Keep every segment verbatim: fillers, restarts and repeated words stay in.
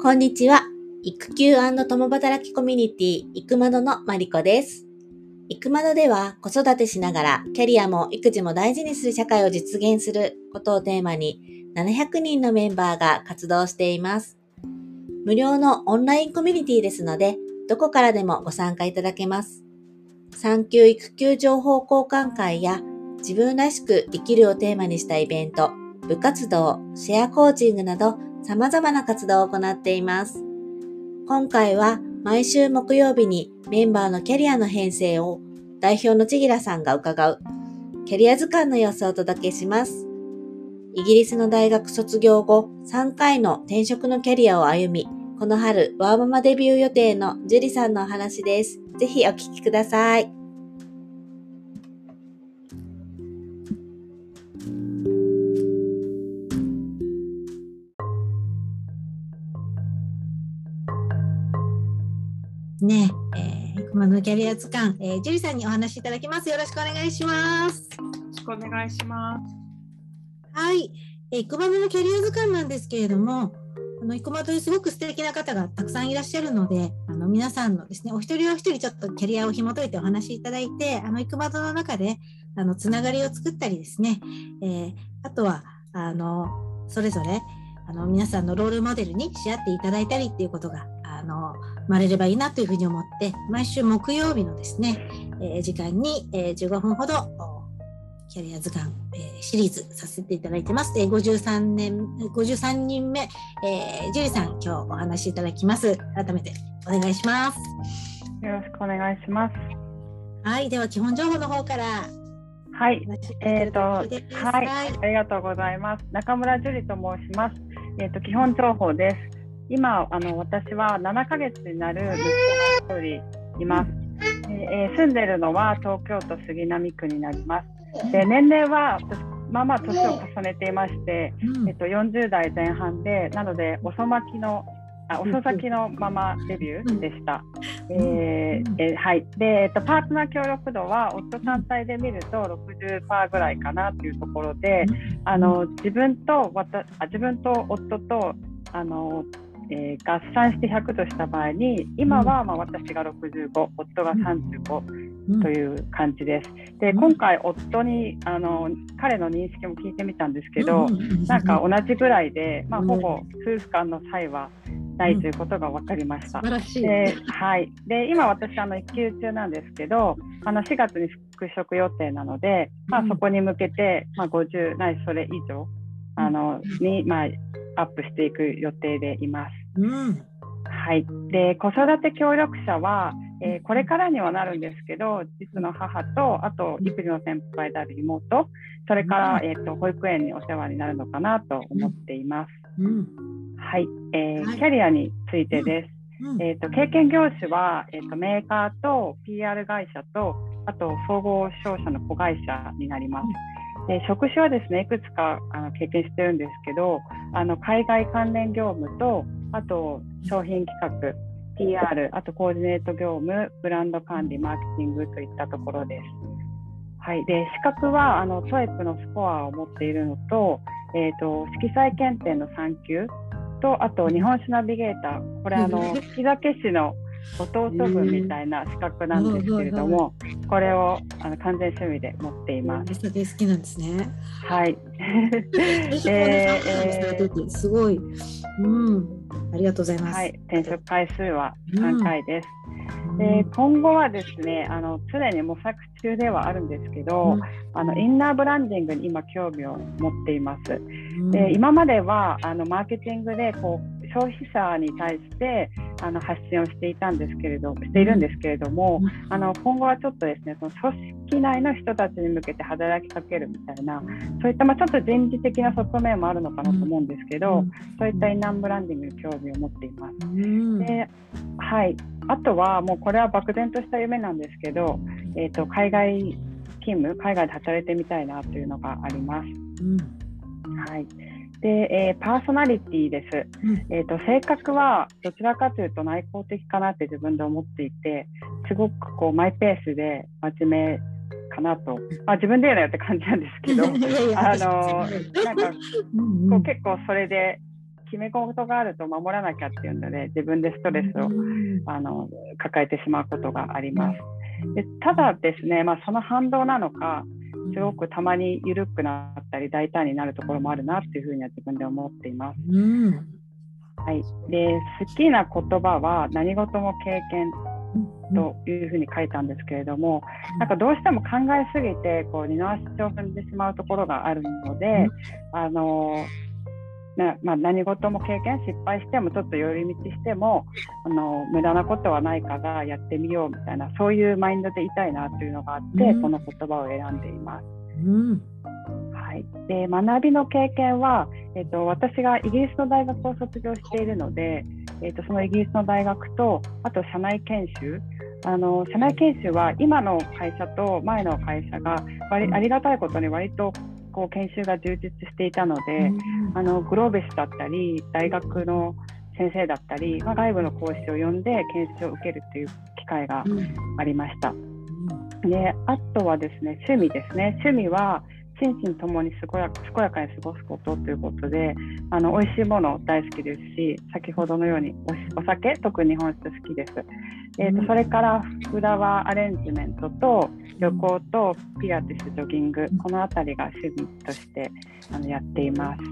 こんにちは。育休&共働きコミュニティ、いくまどのまりこです。いくまどでは子育てしながらキャリアも育児も大事にする社会を実現することをテーマにななひゃくにんのメンバーが活動しています。無料のオンラインコミュニティですので、どこからでもご参加いただけます。産休育休情報交換会や自分らしく生きるをテーマにしたイベント、部活動、シェアコーチングなど様々な活動を行っています。今回は毎週木曜日にメンバーのキャリアの編成を代表の千吉良さんが伺うキャリア図鑑の様子をお届けします。イギリスの大学卒業後さんかいの転職のキャリアを歩み、この春ワーママデビュー予定のジュリさんのお話です。ぜひお聞きください。ねえ、いくまのキャリア図鑑、えー、ジュリさんにお話しいただきます。よろしくお願いします。 よろしくお願いします。 はい、えー、いくまのキャリア図鑑なんですけれども、あのいくまにすごく素敵な方がたくさんいらっしゃるので、あの皆さんのですね、お一人お一人ちょっとキャリアを紐解いてお話しいただいて、あのいくまの中であのつながりを作ったりですね、えー、あとはあのそれぞれあの皆さんのロールモデルにし合っていただいたりっていうことがあの生まれればいいなというふうに思って、毎週木曜日のですね、えー、時間に、えー、じゅうごふんほどキャリア図鑑、えー、シリーズさせていただいてます。えー、ごじゅうさんねん、ごじゅうさんにんめ、えー、ジュリさん、今日お話しいただきます。改めてお願いします。 よろしくお願いします。 はい、では基本情報の方から。 はい、えーと、はい、はい、ありがとうございます。中村樹里と申します。えーと、基本情報です。今、あの私はななかげつになる息子がひとりいます。えー、住んでるのは東京都杉並区になります。で、年齢はまあまあ年を重ねていまして、えっと、よんじゅうだいぜん半で、なので遅まきのあ遅咲きのままデビューでした。えーえー、はい。で、えっと、パートナー協力度は夫単体で見ると ろくじゅっパーセント ぐらいかなというところで、あの自分とわたあ自分と夫とあのえー、合算してひゃくとした場合に、今はまあ私がろくじゅうご、夫がさんじゅうごという感じです。で、今回夫にあの彼の認識も聞いてみたんですけど、なんか同じぐらいで、まあ、ほぼ夫婦間の差異はないということが分かりました。 素晴らしい。 で、はい、で今私あの育休中なんですけど、あのしがつに復職予定なので、まあ、そこに向けて、まあ、ごじゅうないしそれ以上あのに、まあ、アップしていく予定でいます。 うん、 はい。で、子育て協力者は、えー、これからにはなるんですけど、実の母と、あと育児の先輩である妹、それから、えーと、保育園にお世話になるのかなと思っています。 うん、 はい、えー。キャリアについてです。うん、えーと、経験業種は、えーと、メーカーと ピーアール 会社と、あと総合商社の子会社になります。で、職種はですね、いくつかあの経験してるんですけど、あの海外関連業務と、あと商品企画、ピーアール、あとコーディネート業務、ブランド管理、マーケティングといったところです。はい、で、資格はあの トーイック のスコアを持っているのと、えーと、色彩検定のさん級と、あと日本酒ナビゲーター、これあの利き酒師の弟分みたいな資格なんですけれども、これをあの完全趣味で持っています。 酒好きなんですね。 はい。 えー、すごい、うん、ありがとうございます。 はい、転職回数はさんかいです。うん、で、今後はですね、あの常に模索中ではあるんですけど、うん、あのインナーブランディングに今興味を持っています。うん、で、今まではあのマーケティングでこう消費者に対してあの発信をしていたんですけれどしているんですけれども、うん、あの今後はちょっとですね、その組織内の人たちに向けて働きかけるみたいな、そういったまあちょっと人事的な側面もあるのかなと思うんですけど、うん、そういったインナーブランディングに興味を持っています。うん、で、はい、あとはもうこれは漠然とした夢なんですけど、えーと、海外勤務、海外で働いてみたいなというのがあります。うん、はい。で、えー、パーソナリティです、うん、えーと、性格はどちらかというと内向的かなって自分で思っていて、すごくこうマイペースで真面目かなと、まあ、自分で言うなよって感じなんですけどあのなんかこう結構それで決め事があると守らなきゃっていうので自分でストレスをあの抱えてしまうことがあります。でただですね、まあ、その反動なのかすごくたまに緩くなったり大胆になるところもあるなっていうふうには自分で思っています。 うんはい、で好きな言葉は何事も経験というふうに書いたんですけれども、なんかどうしても考えすぎてこう二の足を踏んでしまうところがあるので、あのなまあ、何事も経験失敗してもちょっと寄り道してもあの無駄なことはないからやってみようみたいなそういうマインドでいたいなというのがあって、うん、この言葉を選んでいます。うんはい、で学びの経験は、えーと、私がイギリスの大学を卒業しているので、えーと、そのイギリスの大学とあと社内研修あの社内研修は今の会社と前の会社が割ありがたいことに割とこう研修が充実していたので、うん、あのグローベスだったり大学の先生だったり、まあ、外部の講師を呼んで研修を受けるという機会がありました。うん、であとはですね趣味ですね趣味は心身ともに健やか、健やかに過ごすことということであの美味しいもの大好きですし先ほどのように お, お酒特に日本酒好きです。えーと、それからフラワーアレンジメントと旅行とピラティスジョギングこのあたりが趣味としてあのやっています。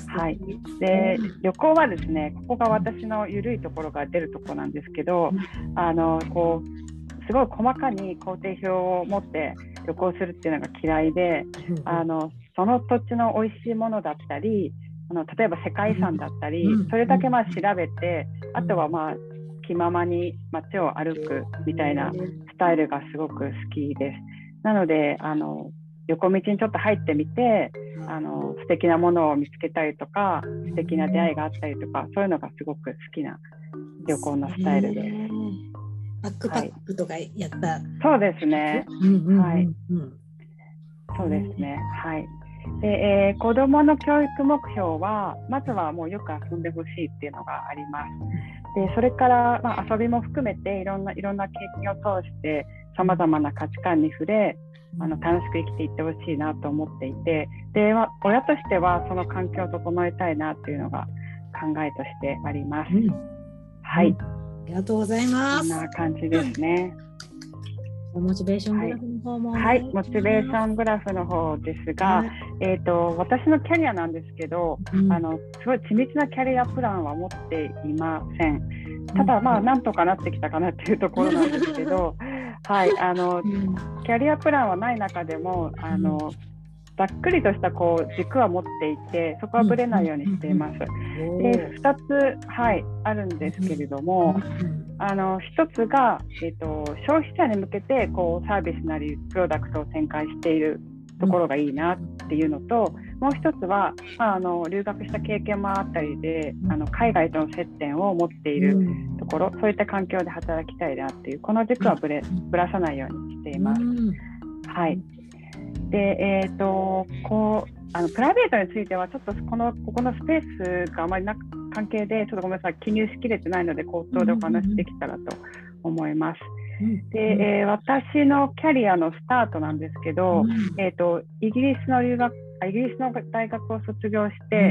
はい、で旅行はですねここが私の緩いところが出るところなんですけどあのこうすごい細かに工程表を持って旅行するっていうのが嫌いであのその土地の美味しいものだったりあの例えば世界遺産だったりそれだけまあ調べてあとはまあ気ままに街を歩くみたいなスタイルがすごく好きです。なのであの横道にちょっと入ってみてあの素敵なものを見つけたりとか素敵な出会いがあったりとかそういうのがすごく好きな旅行のスタイルです。 バックパックとかやった、はい、 そうですね、はい、そうですね、はい。で、えー、子どもの教育目標はまずはもうよく遊んでほしいっていうのがあります。でそれから、まあ、遊びも含めていろんないろんな経験を通してさまざまな価値観に触れあの楽しく生きていってほしいなと思っていてで、まあ、親としてはその環境を整えたいなっていうのが考えとしてあります。うん、はい、うん、 ありがとうございます。 こんな感じですね。 モチベーショングラフの方も、 はい、はい、モチベーショングラフの方ですが、はい、えーと、私のキャリアなんですけど、うん、あのすごい緻密なキャリアプランは持っていません。ただまあなんとかなってきたかなっていうところなんですけど、はい、あのキャリアプランはない中でもあのざっくりとしたこう軸は持っていてそこはぶれないようにしています。でふたつ、はい、あるんですけれどもあのひとつが、えーと、消費者に向けてこうサービスなりプロダクトを展開しているところがいいなっていうのともう一つは、まあ、あの留学した経験もあったりであの海外との接点を持っているところそういった環境で働きたいなっていうこの軸はぶれ、ぶらさないようにしています。はい。で、えーと、こうあのプライベートについてはちょっとこのここのスペースがあまりな関係でちょっとごめんなさい記入しきれてないので口頭でお話できたらと思います。で、えー、私のキャリアのスタートなんですけど、えーと、イギリスの留学イギリスの大学を卒業して、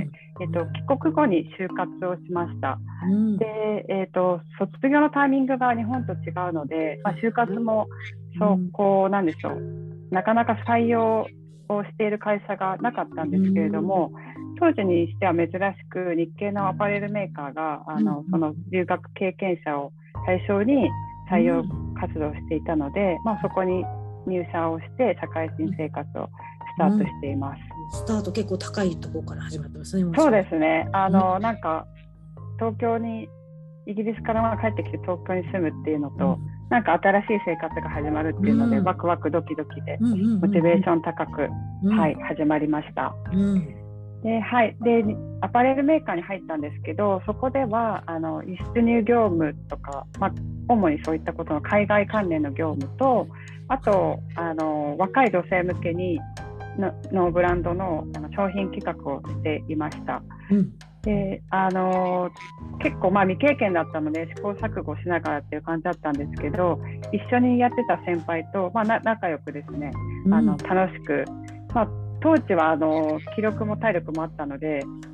えーと、帰国後に就活をしました。で、えーと、卒業のタイミングが日本と違うので、まあ、就活もそうこうなんでしょうなかなか採用をしている会社がなかったんですけれども当時にしては珍しく日系のアパレルメーカーがあのその留学経験者を対象に採用活動をしていたので、まあ、そこに入社をして社会人生活をスタートしています。 うん、スタート結構高いところから始まってますね。 そうですねあの、うん、なんか東京にイギリスから帰ってきて東京に住むっていうのと、うん、なんか新しい生活が始まるっていうので、うん、ワクワクドキドキでモチベーション高く、うん、はい、始まりました。うんではい、でアパレルメーカーに入ったんですけどそこではあの輸出入業務とか、まあ、主にそういったことの海外関連の業務とあとあの若い女性向けに の, のブランド の, あの商品企画をしていました。うんであの結構まあ未経験だったので試行錯誤しながらっていう感じだったんですけど一緒にやってた先輩と、まあ、な仲良くですねあの楽しく、まあ、当時はあの気力も体力もあったので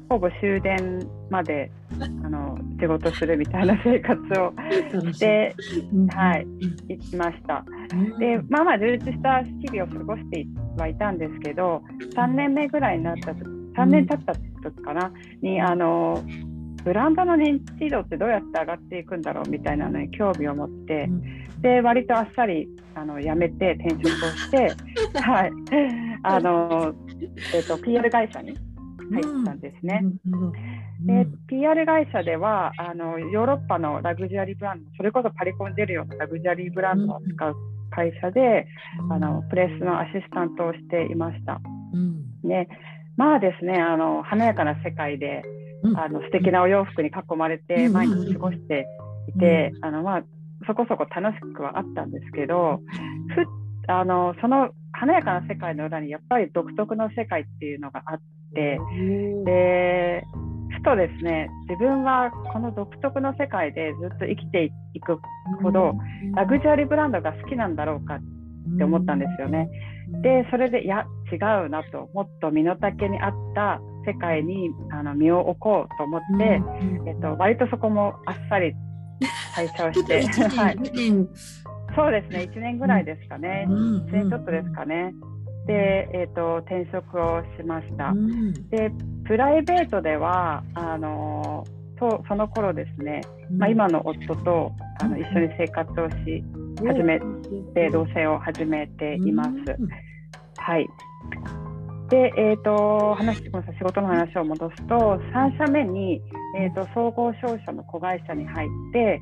ほぼ終電まであの仕事するみたいな生活をして、はい、行きました。で、まあまあ充実した日々を過ごしてはいたんですけど、さんねんめぐらいになったさんねん経った時かなにあのブランドの認知度ってどうやって上がっていくんだろうみたいなのに興味を持って、で割とあっさりあの辞めて転職をして、はい、あの、えーと、ピーアール 会社に入ったんですね。で ピーアール 会社ではあのヨーロッパのラグジュアリーブランド、それこそパリコンに出るようなラグジュアリーブランドを扱う会社で、あのプレスのアシスタントをしていました。でまあですね、あの華やかな世界であの素敵なお洋服に囲まれて毎日過ごしていて、あの、まあ、そこそこ楽しくはあったんですけど、ふあのその華やかな世界の裏にやっぱり独特の世界っていうのがあって、でふとですね、自分はこの独特の世界でずっと生きていくほどラグジュアリーブランドが好きなんだろうかって思ったんですよね。でそれでいや違うなと、もっと身の丈に合った世界にあの身を置こうと思って、えっと、割とそこもあっさり退社をしてはい、そうですね、いちねんぐらいですかね、いちねんちょっとですかね。で、えーと、転職をしました。でプライベートではあのとその頃ですね、まあ、今の夫とあの一緒に生活をし始めて同棲を始めています。はい。で、えーと、話ごめんなさい仕事の話を戻すと、さん社目に、えーと、総合商社の子会社に入って、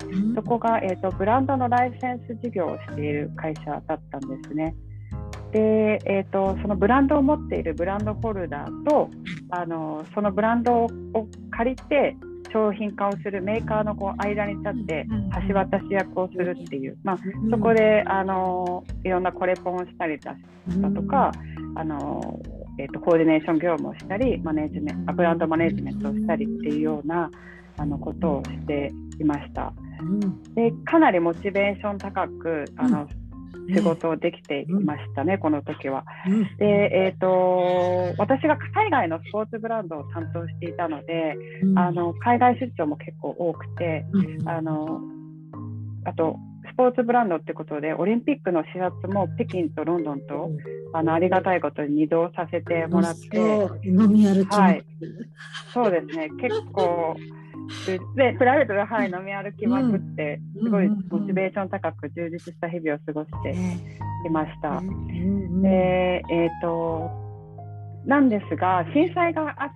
そこが、えーと、ブランドのライセンス事業をしている会社だったんですね。で、えーと、そのブランドを持っているブランドホルダーとあのそのブランドを借りて商品化をするメーカーのこう間に立って橋渡し役をするっていう、まあ、そこであのいろんなコレポンをしたりだとか、あの、えーと、コーディネーション業務をしたりマネージメントブランドマネジメントをしたりっていうようなあのことをしていました。でかなりモチベーション高くあの仕事をできていましたね、うん、この時は。で、えーと、私が海外のスポーツブランドを担当していたので、うん、あの海外出張も結構多くて、うん、あのあとスポーツブランドってことでオリンピックの視察も北京とロンドンと、うん、あのありがたいことににどさせてもらって、 飲み歩き、 はい、そうですね、結構でプライベートで、はい、飲み歩きまくって、うん、すごいモチベーション高く充実した日々を過ごしていました。で、えーと、なんですが震災があって、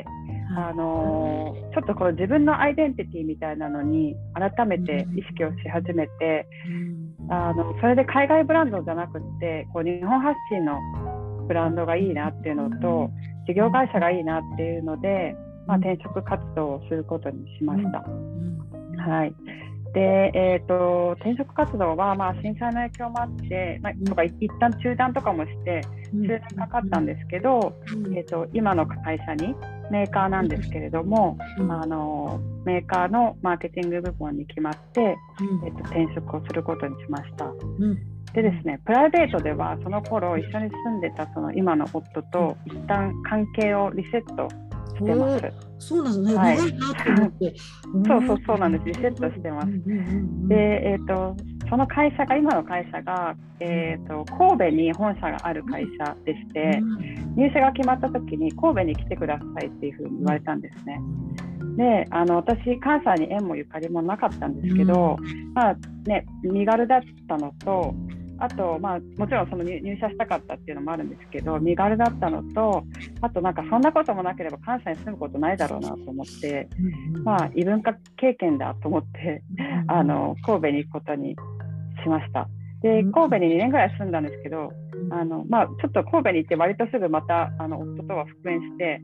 あのー、ちょっとこう自分のアイデンティティみたいなのに改めて意識をし始めて、あのそれで海外ブランドじゃなくってこう日本発信のブランドがいいなっていうのと事業会社がいいなっていうので、まあ、転職活動をすることにしました。はい。で、えーと、転職活動は、まあ、震災の影響もあって、まあ、とか一旦中断とかもして数年かかったんですけど、えーと、今の会社にメーカーなんですけれども、あのメーカーのマーケティング部門に決まって、えーと、転職をすることにしました。でですね、プライベートではその頃一緒に住んでたその今の夫と一旦関係をリセットしてます。 そうなんですね。 はい、 長いなと思って。 そうそうそうなんです。リセットしてます。で、えっとその会社が今の会社が、えー、と神戸に本社がある会社でして、入社が決まった時に神戸に来てくださいっていうふうに言われたんですね。で、あの私関西に縁もゆかりもなかったんですけど、まあね、身軽だったのと、あと、まあ、もちろんその入社したかったっていうのもあるんですけど、身軽だったのと、あとなんかそんなこともなければ関西に住むことないだろうなと思って、まあ、異文化経験だと思ってあの神戸に行くことにしました。で、神戸ににねんぐらい住んだんですけど、あの、まあ、ちょっと神戸に行って割とすぐまたあの夫とは復縁して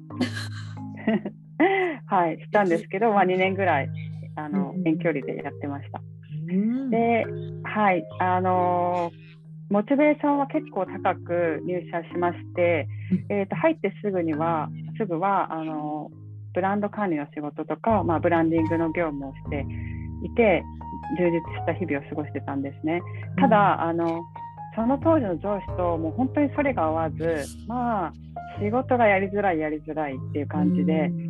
はい、したんですけど、まあ、にねんぐらいあの遠距離でやってました。で、はい、あのーモチベーションは結構高く入社しまして、えー、と入ってすぐにはすぐはあのブランド管理の仕事とか、まあ、ブランディングの業務をしていて充実した日々を過ごしてたんですね。ただあのその当時の上司ともう本当にそれが合わず、まあ仕事がやりづらいやりづらいっていう感じで、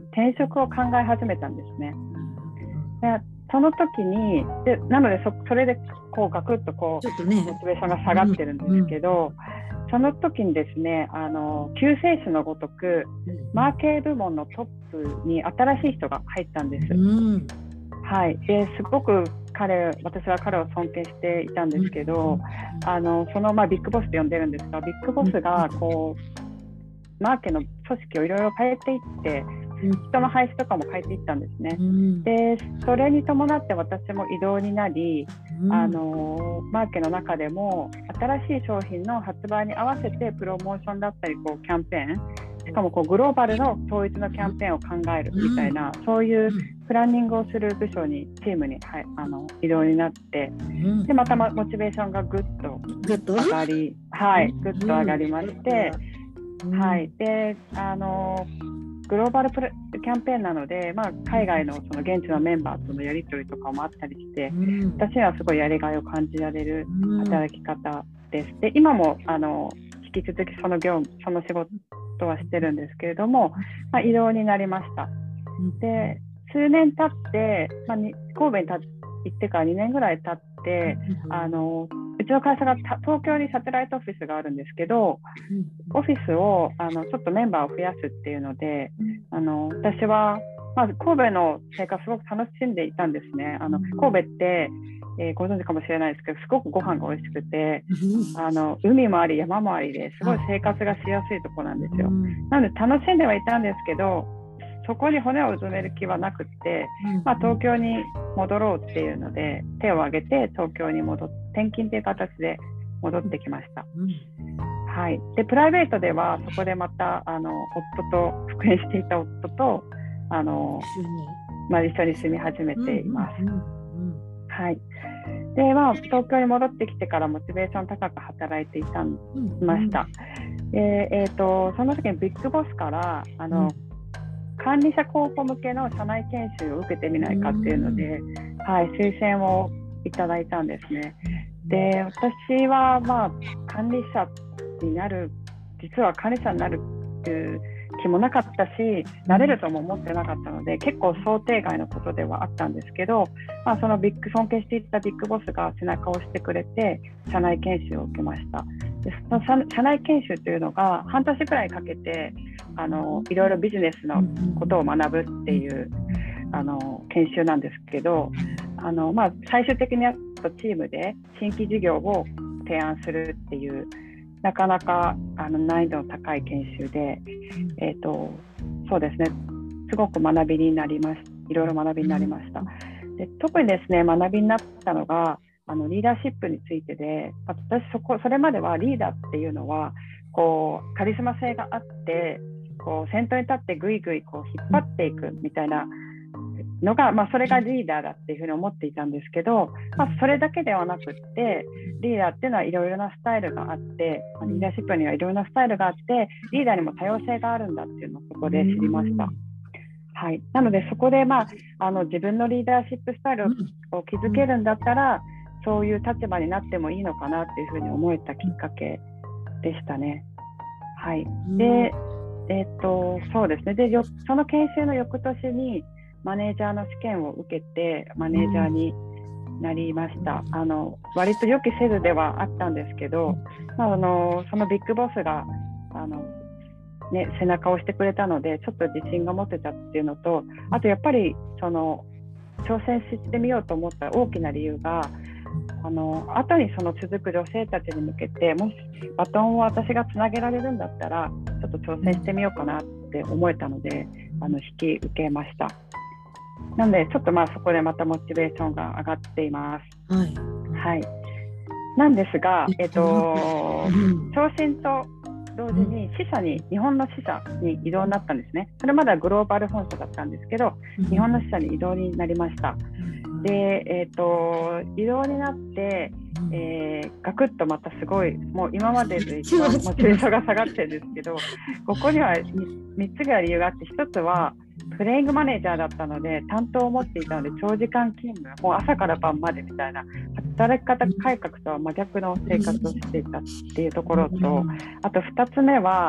転職を考え始めたんですね。でその時にでなので そ, それでこうガクッとこうちょっとね、 モチベーションが下がってるんですけど、うんうん、その時にですね、あの救世主のごとくマーケ部門のトップに新しい人が入ったんです、うん、はい、ですごく彼私は彼を尊敬していたんですけど、うん、あのその、まあ、ビッグボスって呼んでるんですが、ビッグボスがこうマーケの組織をいろいろ変えていって人の配置とかも変えていったんですね、うん、でそれに伴って私も異動になり、うん、あのマーケの中でも新しい商品の発売に合わせてプロモーションだったりこうキャンペーン、しかもこうグローバルの統一のキャンペーンを考えるみたいな、うん、そういうプランニングをする部署にチームに、はい、あの異動になって、うん、でまたモチベーションがぐっと上がり、はい、ぐっと上がりまして、うん、はい、であのグローバルプレキャンペーンなので、まあ、海外 の, その現地のメンバーとのやり取りとかもあったりして、うん、私にはすごいやりがいを感じられる働き方です。で今もあの引き続きその業務その仕事はしてるんですけれども、まあ、異動になりました。で数年経って、まあ、に神戸にた行ってからにねんぐらい経って、あのうちの会社が東京にサテライトオフィスがあるんですけど、オフィスをあのちょっとメンバーを増やすっていうので、あの私はまず神戸の生活すごく楽しんでいたんですね。あの神戸って、えー、ご存知かもしれないですけど、すごくご飯が美味しくて、あの海もあり山もありですごい生活がしやすいところなんですよ。なので楽しんではいたんですけど、そこに骨をうずめる気はなくって、まあ、東京に戻ろうっていうので手を挙げて東京に戻って転勤という形で戻ってきました、はい、でプライベートではそこでまたあの夫と復縁していた夫とあの、まあ、一緒に住み始めています、はい、で、まあ、東京に戻ってきてからモチベーション高く働いていたました、で、えーと、その時にビッグボスからあの、うん管理者候補向けの社内研修を受けてみないかっていうので、はい、推薦をいただいたんですね。で、私は、まあ、管理者になる、実は管理者になるっていう気もなかったし、なれるとも思ってなかったので、結構想定外のことではあったんですけど、まあ、そのビッグ尊敬していたビッグボスが背中を押してくれて、社内研修を受けました。でその社内研修というのが半年くらいかけてあのいろいろビジネスのことを学ぶっていうあの研修なんですけど、あの、まあ、最終的にはチームで新規事業を提案するっていうなかなかあの難易度の高い研修で、えーと、そうですね、すごく学びになりましいろいろ学びになりました。で特にですね学びになったのがあのリーダーシップについてで、私 そ, こそれまではリーダーっていうのはこうカリスマ性があってこう先頭に立ってぐいぐいこう引っ張っていくみたいなのが、まあ、それがリーダーだっていうふうに思っていたんですけど、まあ、それだけではなくってリーダーっていうのはいろいろなスタイルがあって、リーダーシップにはいろいろなスタイルがあってリーダーにも多様性があるんだっていうのをそこで知りました。はい、なのでそこで、まあ、あの自分のリーダーシップスタイルを築けるんだったらそういう立場になってもいいのかなっていうふうに思えたきっかけでしたね。はい。で、えー、っとそうですね。で、その研修の翌年にマネージャーの試験を受けてマネージャーになりました。あの割と予期せずではあったんですけど、まあ、あのそのビッグボスがあの、ね、背中を押してくれたのでちょっと自信が持てたっていうのと、あとやっぱりその挑戦してみようと思った大きな理由があの後にその続く女性たちに向けてもしバトンを私がつなげられるんだったらちょっと挑戦してみようかなって思えたのであの引き受けました。なのでちょっとまあそこでまたモチベーションが上がっています。はい、はい、なんですが、えっと、昇進と同時に支社に日本の支社に異動になったんですね。それまではグローバル本社だったんですけど日本の支社に異動になりました。で、えーと、移動になって、えー、ガクッとまたすごいもう今までで一番モチベーションが下がってるんですけどここにはみっつぐらい理由があって、ひとつはプレイングマネージャーだったので担当を持っていたので長時間勤務もう朝から晩までみたいな働き方改革とは真逆の生活をしていたっていうところと、あとふたつめは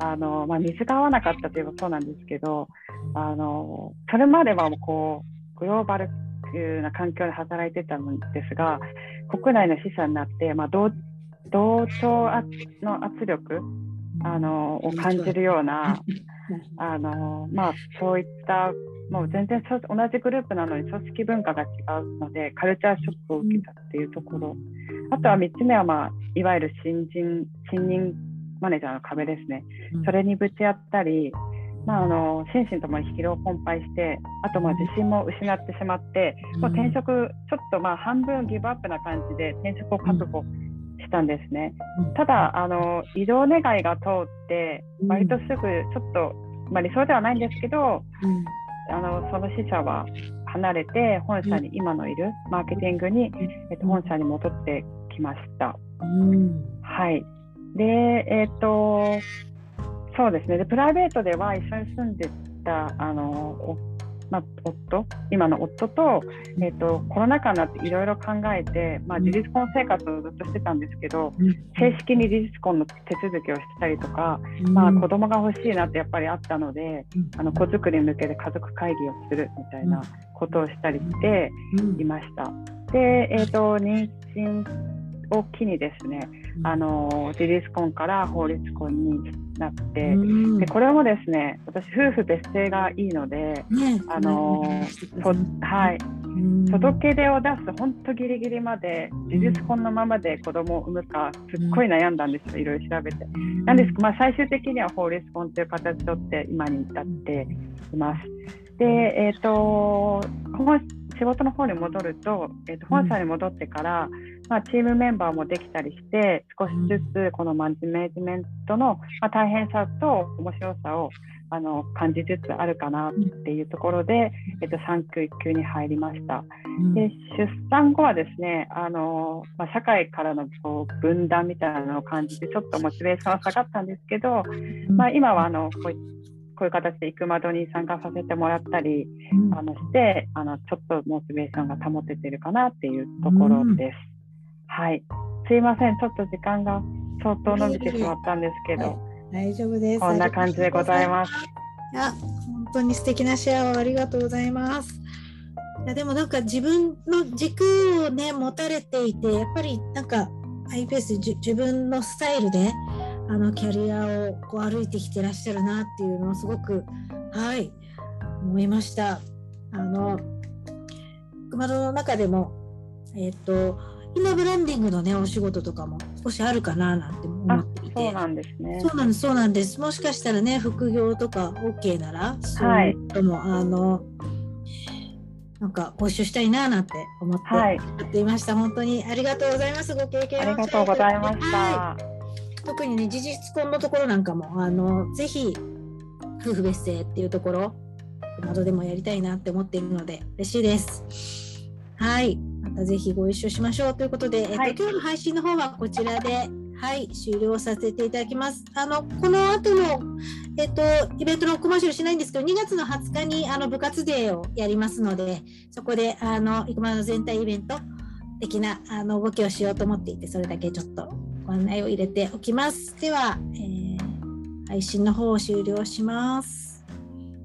あの、まあ、水が合わなかったといえばそうなんですけど、あのそれまではこうグローバルな環境で働いてたんですが、国内の支社になって、まあ、同, 同調の圧力あのを感じるようなあの、まあ、そういったもう全然同じグループなのに組織文化が違うのでカルチャーショックを受けたっていうところ、あとはみっつめは、まあ、いわゆる新人新任マネージャーの壁ですね。それにぶち当たり、まあ、あの心身ともに疲労困憊して、あとまあ自信も失ってしまって、もう転職ちょっとまあ半分ギブアップな感じで転職を覚悟したんですね。ただあの移動願いが通って割とすぐちょっと、まあ、理想ではないんですけど、あのその支社は離れて本社に今のいるマーケティングに、えっと、本社に戻ってきました。はい。で、えっとそうですね。でプライベートでは一緒に住んでたあの、まあ、夫今の夫と、えー、とコロナ禍になっていろいろ考えて、まあ、事実婚生活をずっとしてたんですけど、正式に事実婚の手続きをしたりとか、まあ、子供が欲しいなってやっぱりあったので、あの子作りに向けて家族会議をするみたいなことをしたりしていました。で、えー、と妊娠を機にですね、あの事実婚から法律婚になって、でこれもですね、私夫婦別姓がいいので、ね、あのはい、届け出を出す本当ギリギリまで事実婚のままで子供を産むかすっごい悩んだんですよ、いろいろ調べて。なんですけど、まあ、最終的には法律婚という形をとって今に至っています。で、えーと仕事の方に戻ると、えーと本社に戻ってから、まあ、チームメンバーもできたりして少しずつこのマネジメントの、まあ、大変さと面白さをあの感じつつあるかなっていうところで、えっと、産休育休に入りました。で出産後はですね、あの、まあ、社会からのこう分断みたいなのを感じてちょっとモチベーションは下がったんですけど、まあ、今はあのこういこういう形でイクマドに参加させてもらったり、うん、あのしてあのちょっとモチベーションが保ててるかなっていうところです。うん、はい、すいません、ちょっと時間が相当伸びてしまったんですけど、 大丈夫です。 こんな感じでございます。 いや、本当に素敵なシェアをありがとうございます。いやでもなんか自分の軸をね持たれていて、やっぱりなんかアイペースで自分のスタイルであのキャリアをこう歩いてきてらっしゃるなっていうのをすごくはい思いました。あの熊野の中でもえっと今ブランディングのねお仕事とかも少しあるかななんて思っていて。 そうなんですね。 そうなんです、そうなんです。もしかしたらね副業とか OK ならそういうことも、はい、あのなんかご一緒したいななんて思ってやっていました。はい、本当にありがとうございます。ご経験をありがとうございました。 はい、特にね事実婚のところなんかもあのぜひ夫婦別姓っていうところなどでもやりたいなって思っているので嬉しいです。はい、またぜひご一緒しましょうということで、はい、えっと、今日の配信の方はこちらで、はい、終了させていただきます。あのこの後の、えっと、イベントのコマーシャルしないんですけど、にがつのはつかにあの部活デーをやりますので、そこであのイクマの全体イベント的なあの動きをしようと思っていて、それだけちょっとご案内を入れておきます。では、えー、配信の方を終了します。